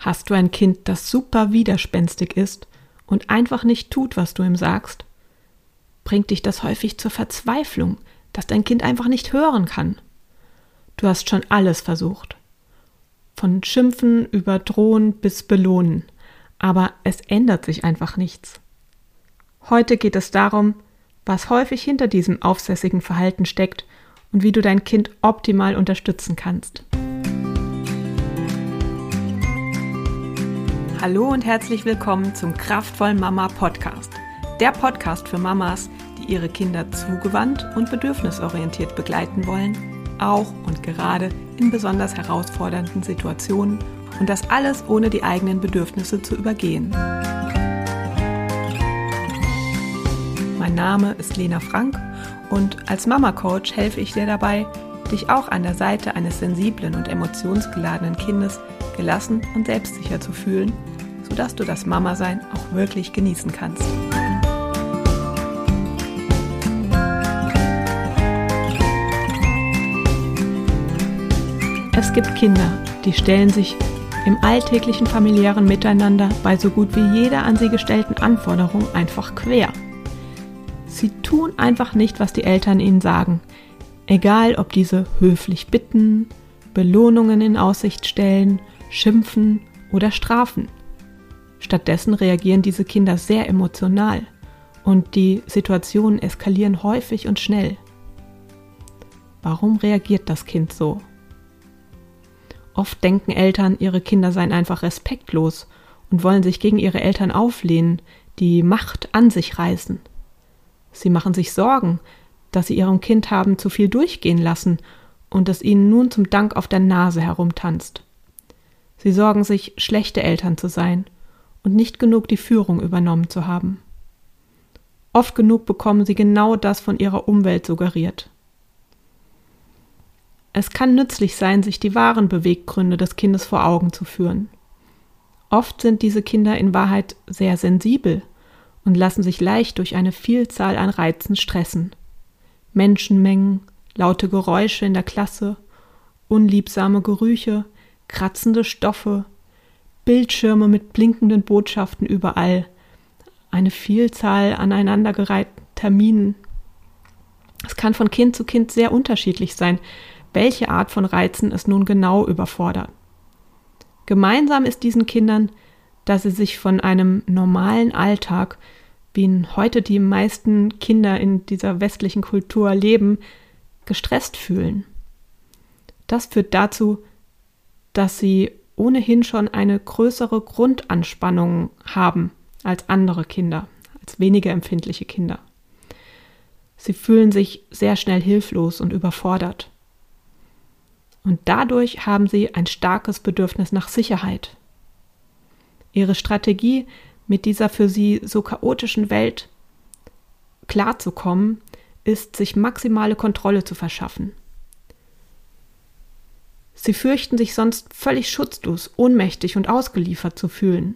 Hast du ein Kind, das super widerspenstig ist und einfach nicht tut, was du ihm sagst? Bringt dich das häufig zur Verzweiflung, dass dein Kind einfach nicht hören kann? Du hast schon alles versucht. Von Schimpfen über Drohen bis Belohnen. Aber es ändert sich einfach nichts. Heute geht es darum, was häufig hinter diesem aufsässigen Verhalten steckt und wie du dein Kind optimal unterstützen kannst. Hallo und herzlich willkommen zum Kraftvoll Mama Podcast. Der Podcast für Mamas, die ihre Kinder zugewandt und bedürfnisorientiert begleiten wollen, auch und gerade in besonders herausfordernden Situationen und das alles ohne die eigenen Bedürfnisse zu übergehen. Mein Name ist Lena Frank und als Mama-Coach helfe ich dir dabei, dich auch an der Seite eines sensiblen und emotionsgeladenen Kindes gelassen und selbstsicher zu fühlen, sodass du das Mama-Sein auch wirklich genießen kannst. Es gibt Kinder, die stellen sich im alltäglichen familiären Miteinander bei so gut wie jeder an sie gestellten Anforderung einfach quer. Sie tun einfach nicht, was die Eltern ihnen sagen, egal ob diese höflich bitten, Belohnungen in Aussicht stellen, schimpfen oder strafen. Stattdessen reagieren diese Kinder sehr emotional und die Situationen eskalieren häufig und schnell. Warum reagiert das Kind so? Oft denken Eltern, ihre Kinder seien einfach respektlos und wollen sich gegen ihre Eltern auflehnen, die Macht an sich reißen. Sie machen sich Sorgen, dass sie ihrem Kind haben zu viel durchgehen lassen und es ihnen nun zum Dank auf der Nase herumtanzt. Sie sorgen sich, schlechte Eltern zu sein und nicht genug die Führung übernommen zu haben. Oft genug bekommen sie genau das von ihrer Umwelt suggeriert. Es kann nützlich sein, sich die wahren Beweggründe des Kindes vor Augen zu führen. Oft sind diese Kinder in Wahrheit sehr sensibel und lassen sich leicht durch eine Vielzahl an Reizen stressen. Menschenmengen, laute Geräusche in der Klasse, unliebsame Gerüche, kratzende Stoffe, Bildschirme mit blinkenden Botschaften überall, eine Vielzahl aneinandergereihten Terminen. Es kann von Kind zu Kind sehr unterschiedlich sein, welche Art von Reizen es nun genau überfordert. Gemeinsam ist diesen Kindern, dass sie sich von einem normalen Alltag, wie ihn heute die meisten Kinder in dieser westlichen Kultur leben, gestresst fühlen. Das führt dazu, dass sie ohnehin schon eine größere Grundanspannung haben als andere Kinder, als weniger empfindliche Kinder. Sie fühlen sich sehr schnell hilflos und überfordert. Und dadurch haben sie ein starkes Bedürfnis nach Sicherheit. Ihre Strategie, mit dieser für sie so chaotischen Welt klarzukommen, ist, sich maximale Kontrolle zu verschaffen. Sie fürchten sich sonst völlig schutzlos, ohnmächtig und ausgeliefert zu fühlen.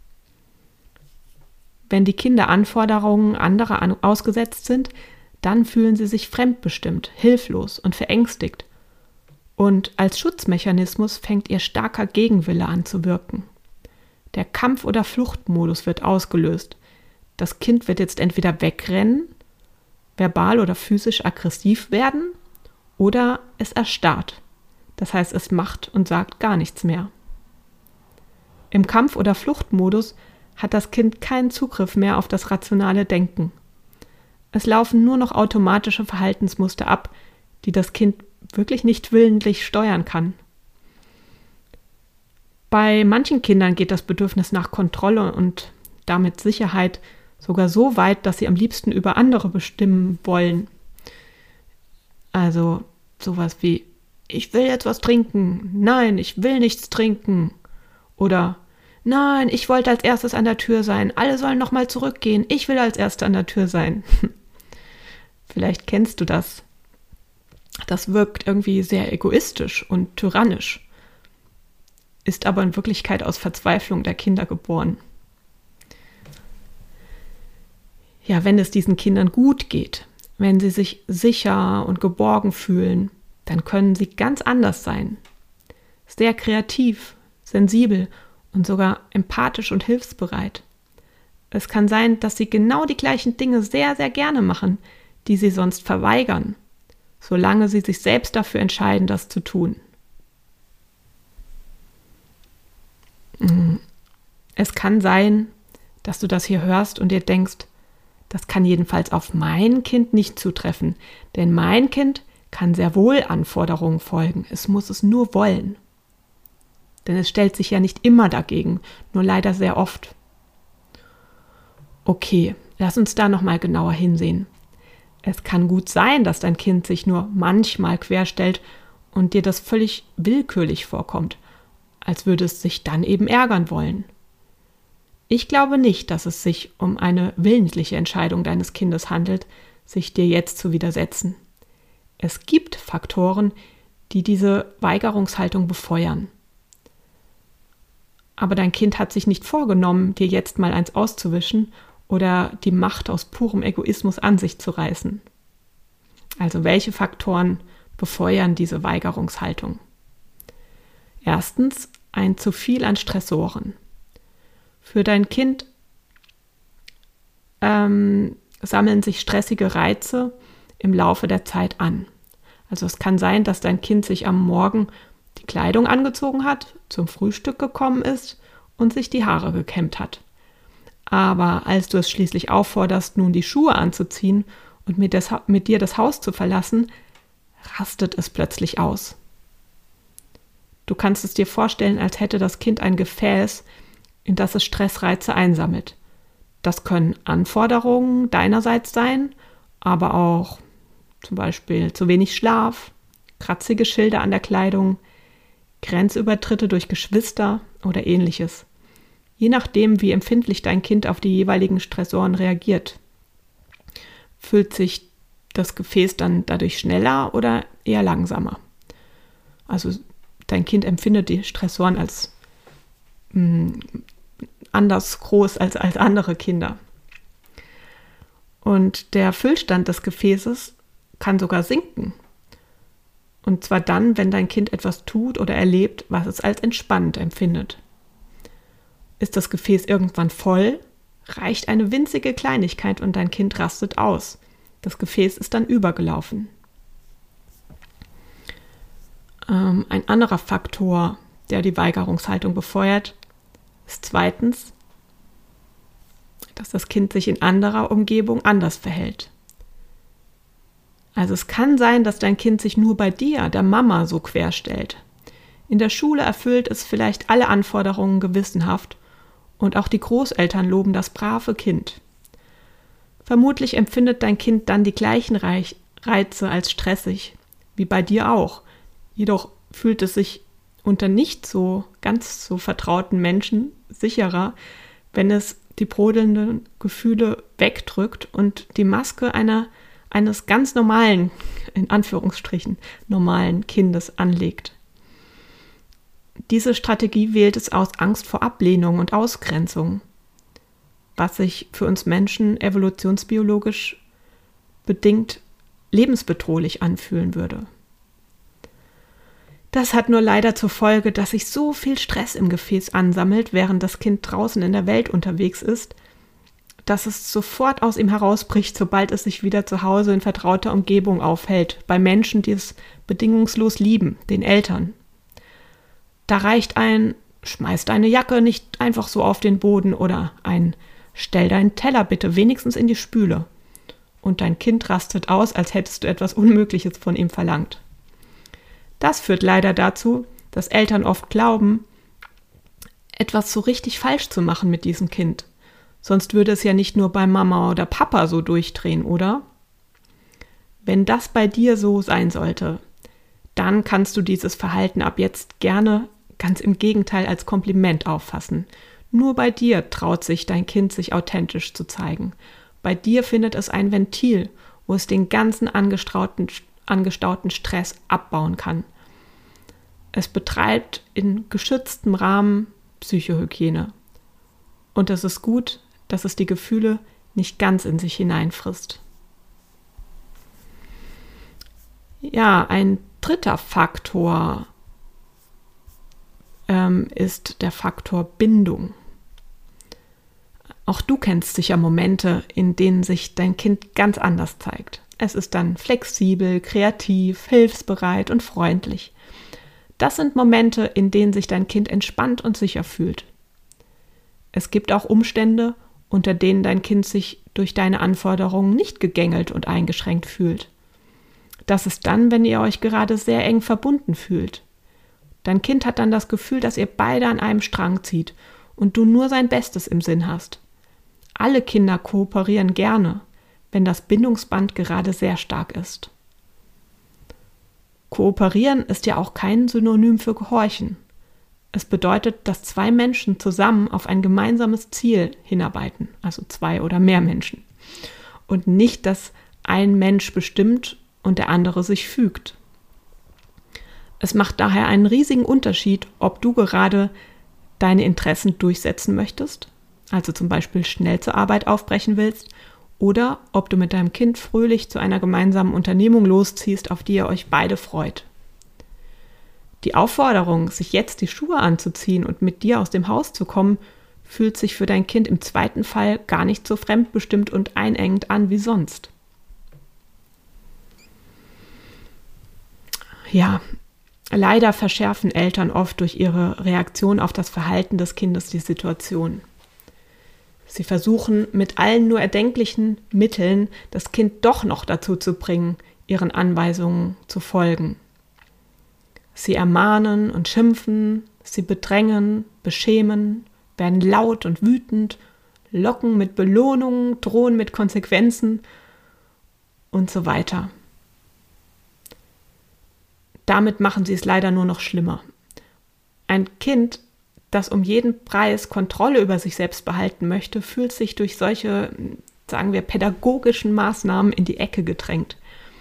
Wenn die Kinder Anforderungen anderer ausgesetzt sind, dann fühlen sie sich fremdbestimmt, hilflos und verängstigt. Und als Schutzmechanismus fängt ihr starker Gegenwille an zu wirken. Der Kampf- oder Fluchtmodus wird ausgelöst. Das Kind wird jetzt entweder wegrennen, verbal oder physisch aggressiv werden oder es erstarrt. Das heißt, es macht und sagt gar nichts mehr. Im Kampf- oder Fluchtmodus hat das Kind keinen Zugriff mehr auf das rationale Denken. Es laufen nur noch automatische Verhaltensmuster ab, die das Kind wirklich nicht willentlich steuern kann. Bei manchen Kindern geht das Bedürfnis nach Kontrolle und damit Sicherheit sogar so weit, dass sie am liebsten über andere bestimmen wollen. Also sowas wie: Ich will jetzt was trinken. Nein, ich will nichts trinken. Oder: Nein, ich wollte als erstes an der Tür sein. Alle sollen noch mal zurückgehen. Ich will als Erster an der Tür sein. Vielleicht kennst du das. Das wirkt irgendwie sehr egoistisch und tyrannisch, ist aber in Wirklichkeit aus Verzweiflung der Kinder geboren. Ja, wenn es diesen Kindern gut geht, wenn sie sich sicher und geborgen fühlen, dann können sie ganz anders sein. Sehr kreativ, sensibel und sogar empathisch und hilfsbereit. Es kann sein, dass sie genau die gleichen Dinge sehr, sehr gerne machen, die sie sonst verweigern, solange sie sich selbst dafür entscheiden, das zu tun. Es kann sein, dass du das hier hörst und dir denkst, das kann jedenfalls auf mein Kind nicht zutreffen, denn mein Kind kann sehr wohl Anforderungen folgen, es muss es nur wollen. Denn es stellt sich ja nicht immer dagegen, nur leider sehr oft. Okay, lass uns da nochmal genauer hinsehen. Es kann gut sein, dass dein Kind sich nur manchmal querstellt und dir das völlig willkürlich vorkommt, als würde es sich dann eben ärgern wollen. Ich glaube nicht, dass es sich um eine willentliche Entscheidung deines Kindes handelt, sich dir jetzt zu widersetzen. Es gibt Faktoren, die diese Weigerungshaltung befeuern. Aber dein Kind hat sich nicht vorgenommen, dir jetzt mal eins auszuwischen oder die Macht aus purem Egoismus an sich zu reißen. Also welche Faktoren befeuern diese Weigerungshaltung? Erstens, ein zu viel an Stressoren. Für dein Kind sammeln sich stressige Reize im Laufe der Zeit an. Also es kann sein, dass dein Kind sich am Morgen die Kleidung angezogen hat, zum Frühstück gekommen ist und sich die Haare gekämmt hat. Aber als du es schließlich aufforderst, nun die Schuhe anzuziehen und mit dir das Haus zu verlassen, rastet es plötzlich aus. Du kannst es dir vorstellen, als hätte das Kind ein Gefäß, in das es Stressreize einsammelt. Das können Anforderungen deinerseits sein, aber auch zum Beispiel zu wenig Schlaf, kratzige Schilder an der Kleidung, Grenzübertritte durch Geschwister oder ähnliches. Je nachdem, wie empfindlich dein Kind auf die jeweiligen Stressoren reagiert, füllt sich das Gefäß dann dadurch schneller oder eher langsamer. Also dein Kind empfindet die Stressoren als anders groß als andere Kinder. Und der Füllstand des Gefäßes kann sogar sinken. Und zwar dann, wenn dein Kind etwas tut oder erlebt, was es als entspannt empfindet. Ist das Gefäß irgendwann voll, reicht eine winzige Kleinigkeit und dein Kind rastet aus. Das Gefäß ist dann übergelaufen. Ein anderer Faktor, der die Weigerungshaltung befeuert, ist zweitens, dass das Kind sich in anderer Umgebung anders verhält. Also es kann sein, dass dein Kind sich nur bei dir, der Mama, so querstellt. In der Schule erfüllt es vielleicht alle Anforderungen gewissenhaft und auch die Großeltern loben das brave Kind. Vermutlich empfindet dein Kind dann die gleichen Reize als stressig, wie bei dir auch. Jedoch fühlt es sich unter nicht so ganz so vertrauten Menschen sicherer, wenn es die brodelnden Gefühle wegdrückt und die Maske eines ganz normalen, in Anführungsstrichen, normalen Kindes anlegt. Diese Strategie wählt es aus Angst vor Ablehnung und Ausgrenzung, was sich für uns Menschen evolutionsbiologisch bedingt lebensbedrohlich anfühlen würde. Das hat nur leider zur Folge, dass sich so viel Stress im Gefäß ansammelt, während das Kind draußen in der Welt unterwegs ist, dass es sofort aus ihm herausbricht, sobald es sich wieder zu Hause in vertrauter Umgebung aufhält, bei Menschen, die es bedingungslos lieben, den Eltern. Da reicht ein „Schmeiß deine Jacke nicht einfach so auf den Boden" oder ein „Stell deinen Teller bitte wenigstens in die Spüle" und dein Kind rastet aus, als hättest du etwas Unmögliches von ihm verlangt. Das führt leider dazu, dass Eltern oft glauben, etwas so richtig falsch zu machen mit diesem Kind. Sonst würde es ja nicht nur bei Mama oder Papa so durchdrehen, oder? Wenn das bei dir so sein sollte, dann kannst du dieses Verhalten ab jetzt gerne ganz im Gegenteil als Kompliment auffassen. Nur bei dir traut sich dein Kind, sich authentisch zu zeigen. Bei dir findet es ein Ventil, wo es den ganzen angestauten Stress abbauen kann. Es betreibt in geschütztem Rahmen Psychohygiene. Und es ist gut, dass es die Gefühle nicht ganz in sich hineinfrisst. Ja, ein dritter Faktor ist der Faktor Bindung. Auch du kennst sicher Momente, in denen sich dein Kind ganz anders zeigt. Es ist dann flexibel, kreativ, hilfsbereit und freundlich. Das sind Momente, in denen sich dein Kind entspannt und sicher fühlt. Es gibt auch Umstände, unter denen dein Kind sich durch deine Anforderungen nicht gegängelt und eingeschränkt fühlt. Das ist dann, wenn ihr euch gerade sehr eng verbunden fühlt. Dein Kind hat dann das Gefühl, dass ihr beide an einem Strang zieht und du nur sein Bestes im Sinn hast. Alle Kinder kooperieren gerne, wenn das Bindungsband gerade sehr stark ist. Kooperieren ist ja auch kein Synonym für Gehorchen. Es bedeutet, dass zwei Menschen zusammen auf ein gemeinsames Ziel hinarbeiten, also zwei oder mehr Menschen. Und nicht, dass ein Mensch bestimmt und der andere sich fügt. Es macht daher einen riesigen Unterschied, ob du gerade deine Interessen durchsetzen möchtest, also zum Beispiel schnell zur Arbeit aufbrechen willst, oder ob du mit deinem Kind fröhlich zu einer gemeinsamen Unternehmung losziehst, auf die ihr euch beide freut. Die Aufforderung, sich jetzt die Schuhe anzuziehen und mit dir aus dem Haus zu kommen, fühlt sich für dein Kind im zweiten Fall gar nicht so fremdbestimmt und einengend an wie sonst. Ja, leider verschärfen Eltern oft durch ihre Reaktion auf das Verhalten des Kindes die Situation. Sie versuchen mit allen nur erdenklichen Mitteln, das Kind doch noch dazu zu bringen, ihren Anweisungen zu folgen. Sie ermahnen und schimpfen, sie bedrängen, beschämen, werden laut und wütend, locken mit Belohnungen, drohen mit Konsequenzen und so weiter. Damit machen sie es leider nur noch schlimmer. Ein Kind, das um jeden Preis Kontrolle über sich selbst behalten möchte, fühlt sich durch solche, sagen wir, pädagogischen Maßnahmen in die Ecke gedrängt.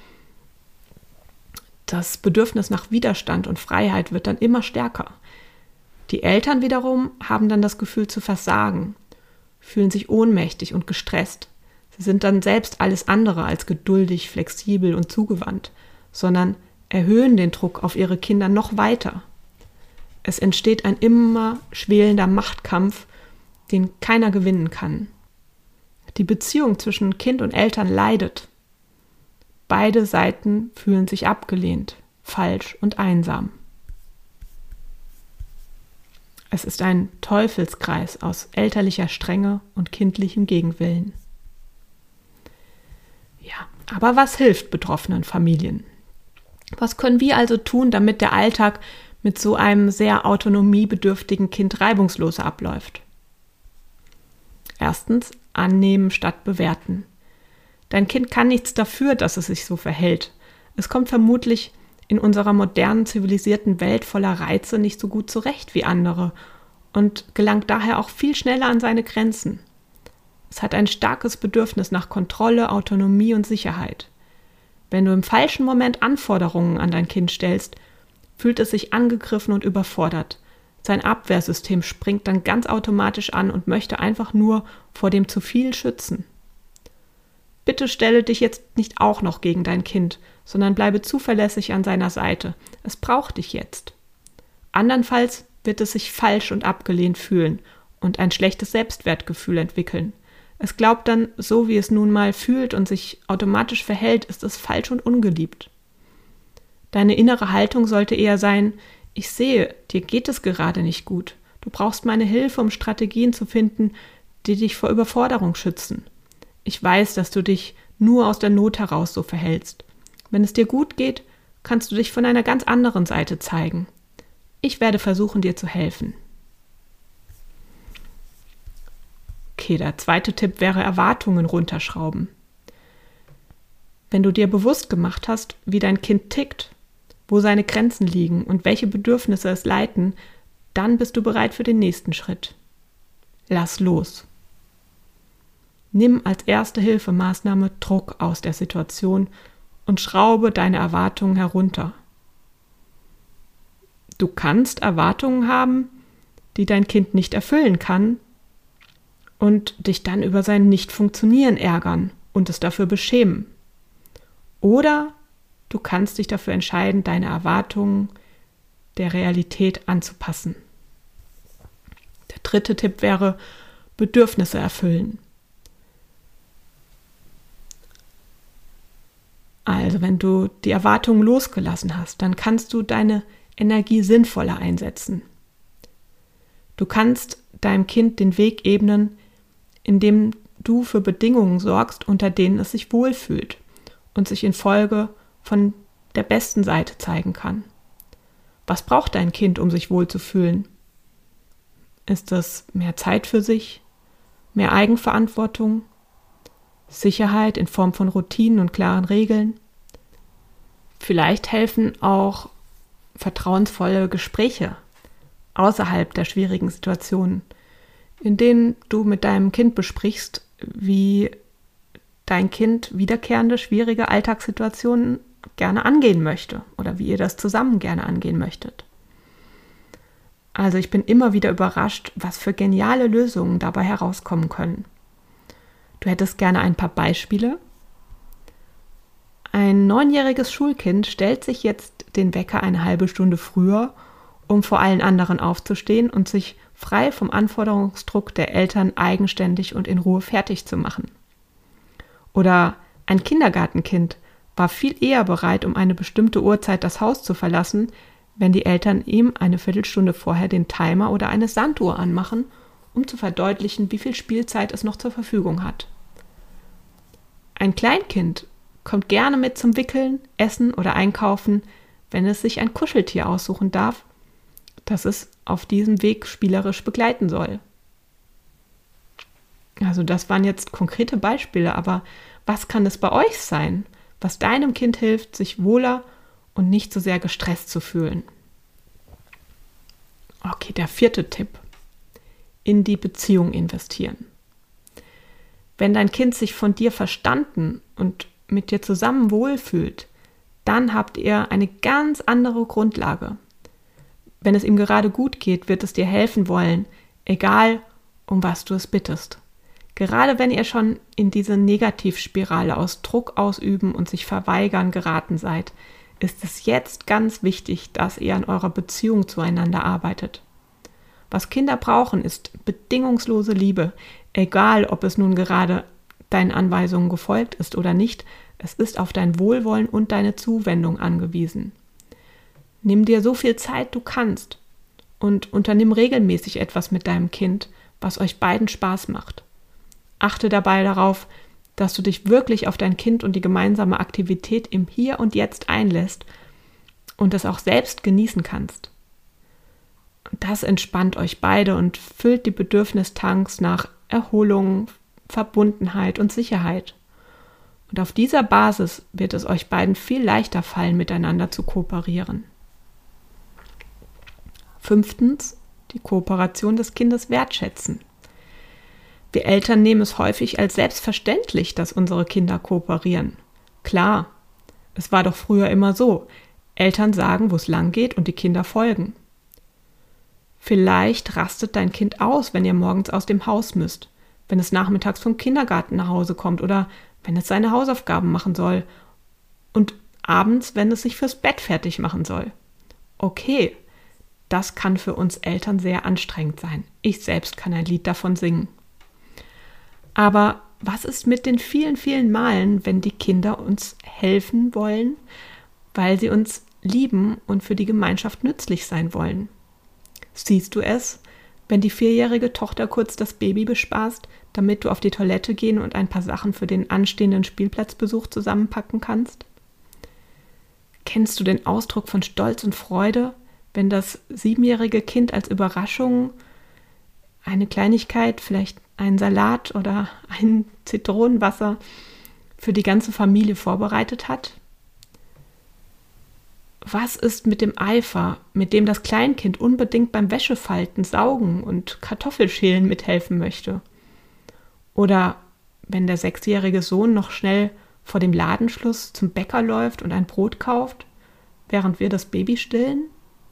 Das Bedürfnis nach Widerstand und Freiheit wird dann immer stärker. Die Eltern wiederum haben dann das Gefühl zu versagen, fühlen sich ohnmächtig und gestresst. Sie sind dann selbst alles andere als geduldig, flexibel und zugewandt, sondern erhöhen den Druck auf ihre Kinder noch weiter. Es entsteht ein immer schwelender Machtkampf, den keiner gewinnen kann. Die Beziehung zwischen Kind und Eltern leidet. Beide Seiten fühlen sich abgelehnt, falsch und einsam. Es ist ein Teufelskreis aus elterlicher Strenge und kindlichem Gegenwillen. Ja, aber was hilft betroffenen Familien? Was können wir also tun, damit der Alltag mit so einem sehr autonomiebedürftigen Kind reibungsloser abläuft? Erstens, annehmen statt bewerten. Dein Kind kann nichts dafür, dass es sich so verhält. Es kommt vermutlich in unserer modernen, zivilisierten Welt voller Reize nicht so gut zurecht wie andere und gelangt daher auch viel schneller an seine Grenzen. Es hat ein starkes Bedürfnis nach Kontrolle, Autonomie und Sicherheit. Wenn du im falschen Moment Anforderungen an dein Kind stellst, fühlt es sich angegriffen und überfordert. Sein Abwehrsystem springt dann ganz automatisch an und möchte einfach nur vor dem zu viel schützen. Bitte stelle dich jetzt nicht auch noch gegen dein Kind, sondern bleibe zuverlässig an seiner Seite. Es braucht dich jetzt. Andernfalls wird es sich falsch und abgelehnt fühlen und ein schlechtes Selbstwertgefühl entwickeln. Es glaubt dann, so wie es nun mal fühlt und sich automatisch verhält, ist es falsch und ungeliebt. Deine innere Haltung sollte eher sein: Ich sehe, dir geht es gerade nicht gut. Du brauchst meine Hilfe, um Strategien zu finden, die dich vor Überforderung schützen. Ich weiß, dass du dich nur aus der Not heraus so verhältst. Wenn es dir gut geht, kannst du dich von einer ganz anderen Seite zeigen. Ich werde versuchen, dir zu helfen. Okay, der zweite Tipp wäre Erwartungen runterschrauben. Wenn du dir bewusst gemacht hast, wie dein Kind tickt, wo seine Grenzen liegen und welche Bedürfnisse es leiten, dann bist du bereit für den nächsten Schritt. Lass los. Nimm als erste Hilfemaßnahme Druck aus der Situation und schraube deine Erwartungen herunter. Du kannst Erwartungen haben, die dein Kind nicht erfüllen kann, und dich dann über sein Nicht-Funktionieren ärgern und es dafür beschämen. Oder du kannst dich dafür entscheiden, deine Erwartungen der Realität anzupassen. dritte Tipp wäre Bedürfnisse erfüllen. Also wenn du die Erwartungen losgelassen hast, dann kannst du deine Energie sinnvoller einsetzen. Du kannst deinem Kind den Weg ebnen, indem du für Bedingungen sorgst, unter denen es sich wohlfühlt und sich in Folge von der besten Seite zeigen kann. Was braucht dein Kind, um sich wohlzufühlen? Ist es mehr Zeit für sich, mehr Eigenverantwortung, Sicherheit in Form von Routinen und klaren Regeln? Vielleicht helfen auch vertrauensvolle Gespräche außerhalb der schwierigen Situationen, in denen du mit deinem Kind besprichst, wie dein Kind wiederkehrende, schwierige Alltagssituationen gerne angehen möchte oder wie ihr das zusammen gerne angehen möchtet. Also ich bin immer wieder überrascht, was für geniale Lösungen dabei herauskommen können. Du hättest gerne ein paar Beispiele? Ein 9-jähriges Schulkind stellt sich jetzt den Wecker eine halbe Stunde früher, um vor allen anderen aufzustehen und sich frei vom Anforderungsdruck der Eltern eigenständig und in Ruhe fertig zu machen. Oder ein Kindergartenkind war viel eher bereit, um eine bestimmte Uhrzeit das Haus zu verlassen, wenn die Eltern ihm eine Viertelstunde vorher den Timer oder eine Sanduhr anmachen, um zu verdeutlichen, wie viel Spielzeit es noch zur Verfügung hat. Ein Kleinkind kommt gerne mit zum Wickeln, Essen oder Einkaufen, wenn es sich ein Kuscheltier aussuchen darf, das es auf diesem Weg spielerisch begleiten soll. Also das waren jetzt konkrete Beispiele, aber was kann es bei euch sein, was deinem Kind hilft, sich wohler und nicht so sehr gestresst zu fühlen? Okay, der 4. Tipp. In die Beziehung investieren. Wenn dein Kind sich von dir verstanden und mit dir zusammen wohlfühlt, dann habt ihr eine ganz andere Grundlage. Wenn es ihm gerade gut geht, wird es dir helfen wollen, egal um was du es bittest. Gerade wenn ihr schon in diese Negativspirale aus Druck ausüben und sich verweigern geraten seid, ist es jetzt ganz wichtig, dass ihr an eurer Beziehung zueinander arbeitet. Was Kinder brauchen, ist bedingungslose Liebe, egal ob es nun gerade deinen Anweisungen gefolgt ist oder nicht. Es ist auf dein Wohlwollen und deine Zuwendung angewiesen. Nimm dir so viel Zeit du kannst und unternimm regelmäßig etwas mit deinem Kind, was euch beiden Spaß macht. Achte dabei darauf, dass du dich wirklich auf dein Kind und die gemeinsame Aktivität im Hier und Jetzt einlässt und es auch selbst genießen kannst. Das entspannt euch beide und füllt die Bedürfnistanks nach Erholung, Verbundenheit und Sicherheit. Und auf dieser Basis wird es euch beiden viel leichter fallen, miteinander zu kooperieren. 5. Die Kooperation des Kindes wertschätzen. Wir Eltern nehmen es häufig als selbstverständlich, dass unsere Kinder kooperieren. Klar, es war doch früher immer so. Eltern sagen, wo es lang geht und die Kinder folgen. Vielleicht rastet dein Kind aus, wenn ihr morgens aus dem Haus müsst, wenn es nachmittags vom Kindergarten nach Hause kommt oder wenn es seine Hausaufgaben machen soll und abends, wenn es sich fürs Bett fertig machen soll. Okay, das kann für uns Eltern sehr anstrengend sein. Ich selbst kann ein Lied davon singen. Aber was ist mit den vielen, vielen Malen, wenn die Kinder uns helfen wollen, weil sie uns lieben und für die Gemeinschaft nützlich sein wollen? Siehst du es, wenn die 4-jährige Tochter kurz das Baby bespaßt, damit du auf die Toilette gehen und ein paar Sachen für den anstehenden Spielplatzbesuch zusammenpacken kannst? Kennst du den Ausdruck von Stolz und Freude, wenn das 7-jährige Kind als Überraschung eine Kleinigkeit, vielleicht einen Salat oder ein Zitronenwasser für die ganze Familie vorbereitet hat? Was ist mit dem Eifer, mit dem das Kleinkind unbedingt beim Wäschefalten, Saugen und Kartoffelschälen mithelfen möchte? Oder wenn der 6-jährige Sohn noch schnell vor dem Ladenschluss zum Bäcker läuft und ein Brot kauft, während wir das Baby stillen?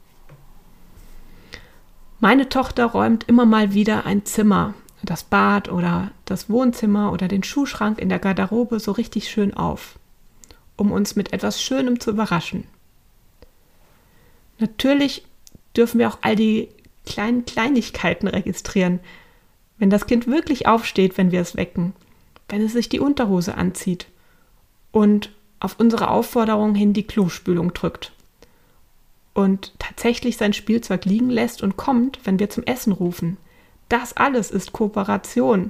Meine Tochter räumt immer mal wieder ein Zimmer, das Bad oder das Wohnzimmer oder den Schuhschrank in der Garderobe so richtig schön auf, um uns mit etwas Schönem zu überraschen. Natürlich dürfen wir auch all die kleinen Kleinigkeiten registrieren. Wenn das Kind wirklich aufsteht, wenn wir es wecken, wenn es sich die Unterhose anzieht und auf unsere Aufforderung hin die Klospülung drückt und tatsächlich sein Spielzeug liegen lässt und kommt, wenn wir zum Essen rufen. Das alles ist Kooperation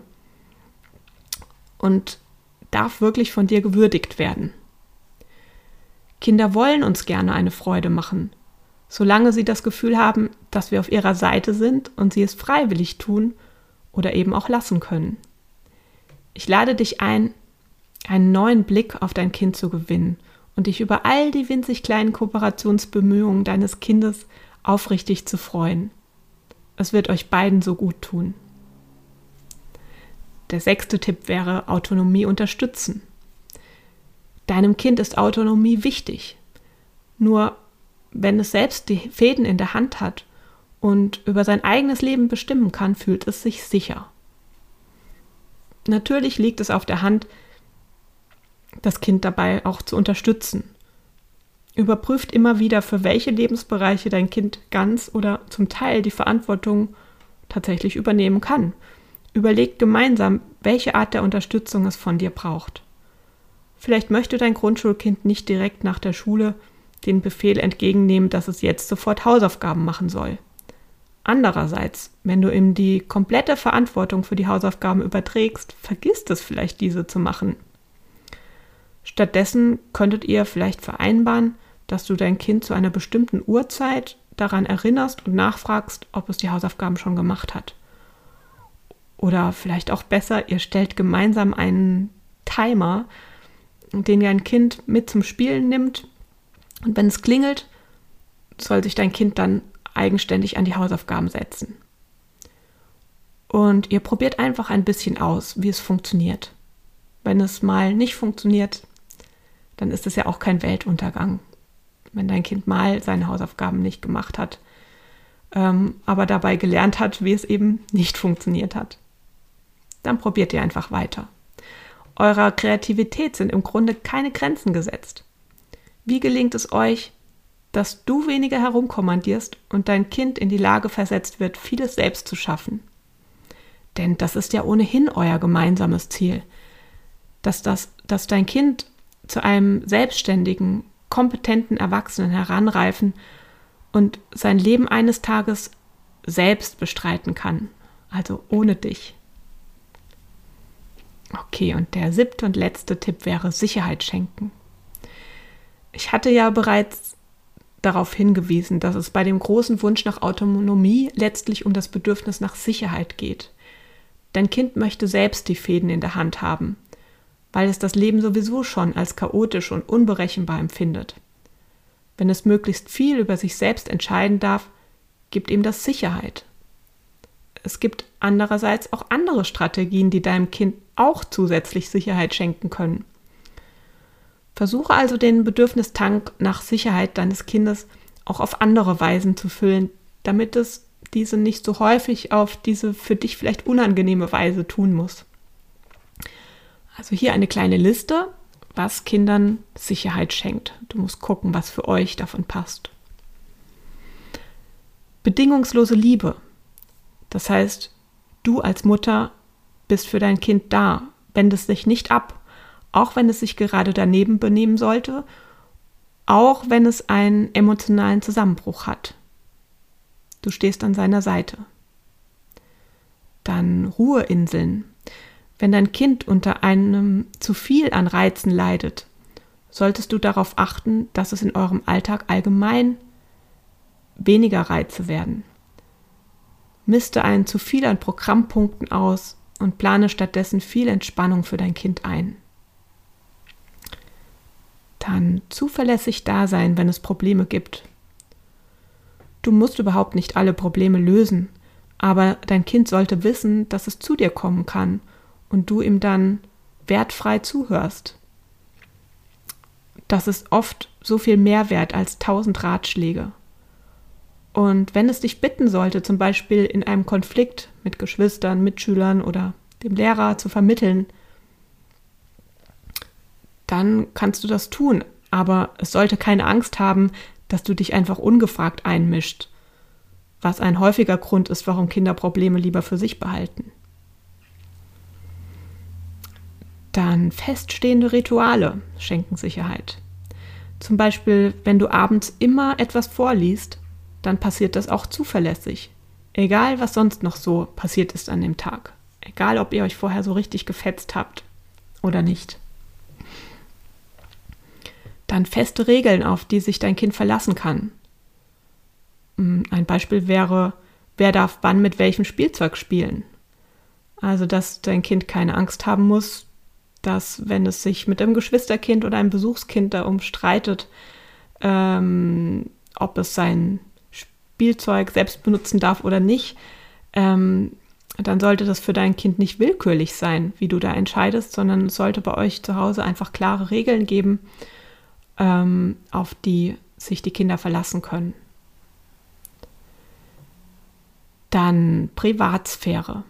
und darf wirklich von dir gewürdigt werden. Kinder wollen uns gerne eine Freude machen, solange sie das Gefühl haben, dass wir auf ihrer Seite sind und sie es freiwillig tun oder eben auch lassen können. Ich lade dich ein, einen neuen Blick auf dein Kind zu gewinnen und dich über all die winzig kleinen Kooperationsbemühungen deines Kindes aufrichtig zu freuen. Es wird euch beiden so gut tun. Der 6. Tipp wäre Autonomie unterstützen. Deinem Kind ist Autonomie wichtig. Nur wenn es selbst die Fäden in der Hand hat und über sein eigenes Leben bestimmen kann, fühlt es sich sicher. Natürlich liegt es auf der Hand, das Kind dabei auch zu unterstützen. Überprüft immer wieder, für welche Lebensbereiche dein Kind ganz oder zum Teil die Verantwortung tatsächlich übernehmen kann. Überlegt gemeinsam, welche Art der Unterstützung es von dir braucht. Vielleicht möchte dein Grundschulkind nicht direkt nach der Schule den Befehl entgegennehmen, dass es jetzt sofort Hausaufgaben machen soll. Andererseits, wenn du ihm die komplette Verantwortung für die Hausaufgaben überträgst, vergisst es vielleicht, diese zu machen. Stattdessen könntet ihr vielleicht vereinbaren, dass du dein Kind zu einer bestimmten Uhrzeit daran erinnerst und nachfragst, ob es die Hausaufgaben schon gemacht hat. Oder vielleicht auch besser, ihr stellt gemeinsam einen Timer, den dein Kind mit zum Spielen nimmt. Und wenn es klingelt, soll sich dein Kind dann eigenständig an die Hausaufgaben setzen. Und ihr probiert einfach ein bisschen aus, wie es funktioniert. Wenn es mal nicht funktioniert, dann ist es ja auch kein Weltuntergang, wenn dein Kind mal seine Hausaufgaben nicht gemacht hat, aber dabei gelernt hat, wie es eben nicht funktioniert hat. Dann probiert ihr einfach weiter. Eurer Kreativität sind im Grunde keine Grenzen gesetzt. Wie gelingt es euch, dass du weniger herumkommandierst und dein Kind in die Lage versetzt wird, vieles selbst zu schaffen? Denn das ist ja ohnehin euer gemeinsames Ziel, dass dein Kind zu einem selbstständigen, kompetenten Erwachsenen heranreifen und sein Leben eines Tages selbst bestreiten kann, also ohne dich. Okay, und der 7. und letzte Tipp wäre Sicherheit schenken. Ich hatte ja bereits darauf hingewiesen, dass es bei dem großen Wunsch nach Autonomie letztlich um das Bedürfnis nach Sicherheit geht. Dein Kind möchte selbst die Fäden in der Hand haben, weil es das Leben sowieso schon als chaotisch und unberechenbar empfindet. Wenn es möglichst viel über sich selbst entscheiden darf, gibt ihm das Sicherheit. Es gibt andererseits auch andere Strategien, die deinem Kind auch zusätzlich Sicherheit schenken können. Versuche also den Bedürfnistank nach Sicherheit deines Kindes auch auf andere Weisen zu füllen, damit es diese nicht so häufig auf diese für dich vielleicht unangenehme Weise tun muss. Also hier eine kleine Liste, was Kindern Sicherheit schenkt. Du musst gucken, was für euch davon passt. Bedingungslose Liebe. Das heißt, du als Mutter bist für dein Kind da, wendest dich nicht ab, auch wenn es sich gerade daneben benehmen sollte, auch wenn es einen emotionalen Zusammenbruch hat. Du stehst an seiner Seite. Dann Ruheinseln. Wenn dein Kind unter einem zu viel an Reizen leidet, solltest du darauf achten, dass es in eurem Alltag allgemein weniger Reize werden. Miste ein zu viel an Programmpunkten aus und plane stattdessen viel Entspannung für dein Kind ein. Dann zuverlässig da sein, wenn es Probleme gibt. Du musst überhaupt nicht alle Probleme lösen, aber dein Kind sollte wissen, dass es zu dir kommen kann und du ihm dann wertfrei zuhörst. Das ist oft so viel mehr wert als 1000 Ratschläge. Und wenn es dich bitten sollte, zum Beispiel in einem Konflikt mit Geschwistern, Mitschülern oder dem Lehrer zu vermitteln, dann kannst du das tun. Aber es sollte keine Angst haben, dass du dich einfach ungefragt einmischt. was ein häufiger Grund ist, warum Kinder Probleme lieber für sich behalten. Dann feststehende Rituale schenken Sicherheit. Zum Beispiel, wenn du abends immer etwas vorliest, dann passiert das auch zuverlässig. Egal, was sonst noch so passiert ist an dem Tag. Egal, ob ihr euch vorher so richtig gefetzt habt oder nicht. Dann feste Regeln, auf die sich dein Kind verlassen kann. Ein Beispiel wäre, wer darf wann mit welchem Spielzeug spielen. Also, dass dein Kind keine Angst haben muss, dass, wenn es sich mit einem Geschwisterkind oder einem Besuchskind darum streitet, ob es sein Spielzeug selbst benutzen darf oder nicht, dann sollte das für dein Kind nicht willkürlich sein, wie du da entscheidest, sondern es sollte bei euch zu Hause einfach klare Regeln geben, auf die sich die Kinder verlassen können. Dann Privatsphäre.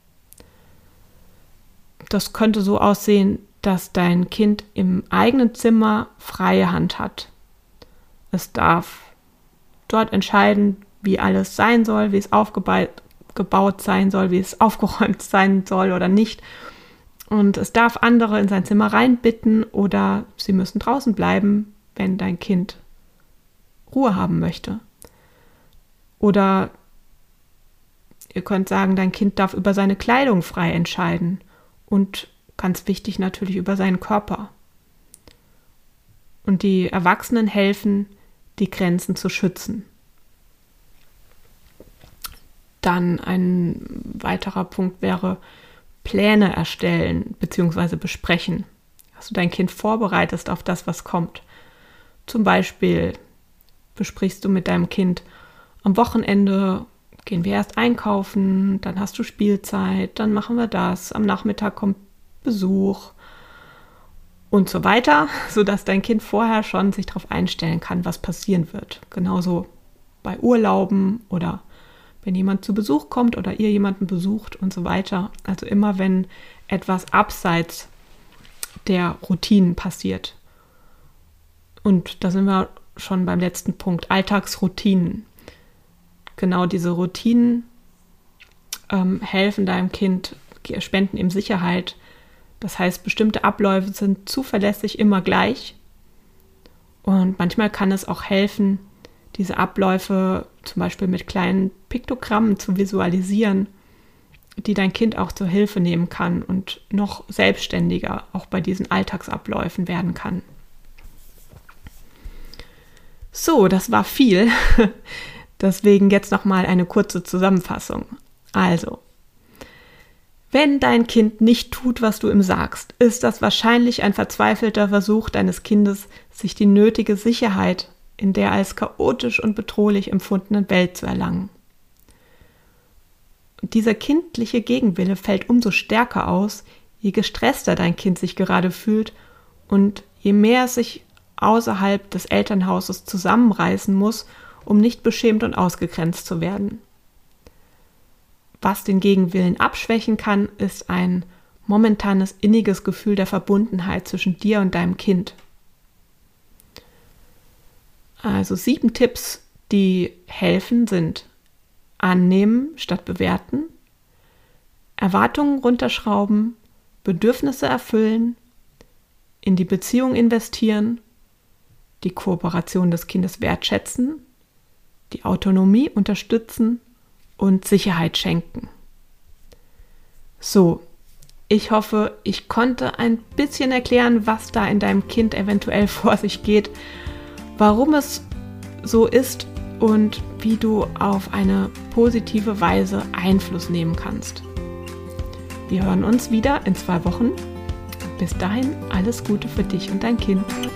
Das könnte so aussehen, dass dein Kind im eigenen Zimmer freie Hand hat. Es darf dort entscheiden, wie alles sein soll, wie es aufgebaut sein soll, wie es aufgeräumt sein soll oder nicht. Und es darf andere in sein Zimmer reinbitten oder sie müssen draußen bleiben, wenn dein Kind Ruhe haben möchte. Oder ihr könnt sagen, dein Kind darf über seine Kleidung frei entscheiden und ganz wichtig natürlich über seinen Körper. Und die Erwachsenen helfen, die Grenzen zu schützen. Dann ein weiterer Punkt wäre Pläne erstellen bzw. besprechen, dass du dein Kind vorbereitest auf das, was kommt. Zum Beispiel besprichst du mit deinem Kind, am Wochenende gehen wir erst einkaufen, dann hast du Spielzeit, dann machen wir das, am Nachmittag kommt Besuch und so weiter, sodass dein Kind vorher schon sich darauf einstellen kann, was passieren wird. Genauso bei Urlauben oder wenn jemand zu Besuch kommt oder ihr jemanden besucht und so weiter. Also immer, wenn etwas abseits der Routinen passiert. Und da sind wir schon beim letzten Punkt, Alltagsroutinen. Genau diese Routinen helfen deinem Kind, spenden ihm Sicherheit. Das heißt, bestimmte Abläufe sind zuverlässig immer gleich. Und manchmal kann es auch helfen, diese Abläufe zum Beispiel mit kleinen Piktogrammen zu visualisieren, die dein Kind auch zur Hilfe nehmen kann und noch selbstständiger auch bei diesen Alltagsabläufen werden kann. So, das war viel. Deswegen jetzt nochmal eine kurze Zusammenfassung. Also, wenn dein Kind nicht tut, was du ihm sagst, ist das wahrscheinlich ein verzweifelter Versuch deines Kindes, sich die nötige Sicherheit in der als chaotisch und bedrohlich empfundenen Welt zu erlangen. Und dieser kindliche Gegenwille fällt umso stärker aus, je gestresster dein Kind sich gerade fühlt und je mehr es sich außerhalb des Elternhauses zusammenreißen muss, um nicht beschämt und ausgegrenzt zu werden. Was den Gegenwillen abschwächen kann, ist ein momentanes inniges Gefühl der Verbundenheit zwischen dir und deinem Kind. Also 7 Tipps, die helfen, sind: annehmen statt bewerten, Erwartungen runterschrauben, Bedürfnisse erfüllen, in die Beziehung investieren, die Kooperation des Kindes wertschätzen, die Autonomie unterstützen und Sicherheit schenken. So, ich hoffe, ich konnte ein bisschen erklären, was da in deinem Kind eventuell vor sich geht, warum es so ist und wie du auf eine positive Weise Einfluss nehmen kannst. Wir hören uns wieder in 2 Wochen. Bis dahin alles Gute für dich und dein Kind.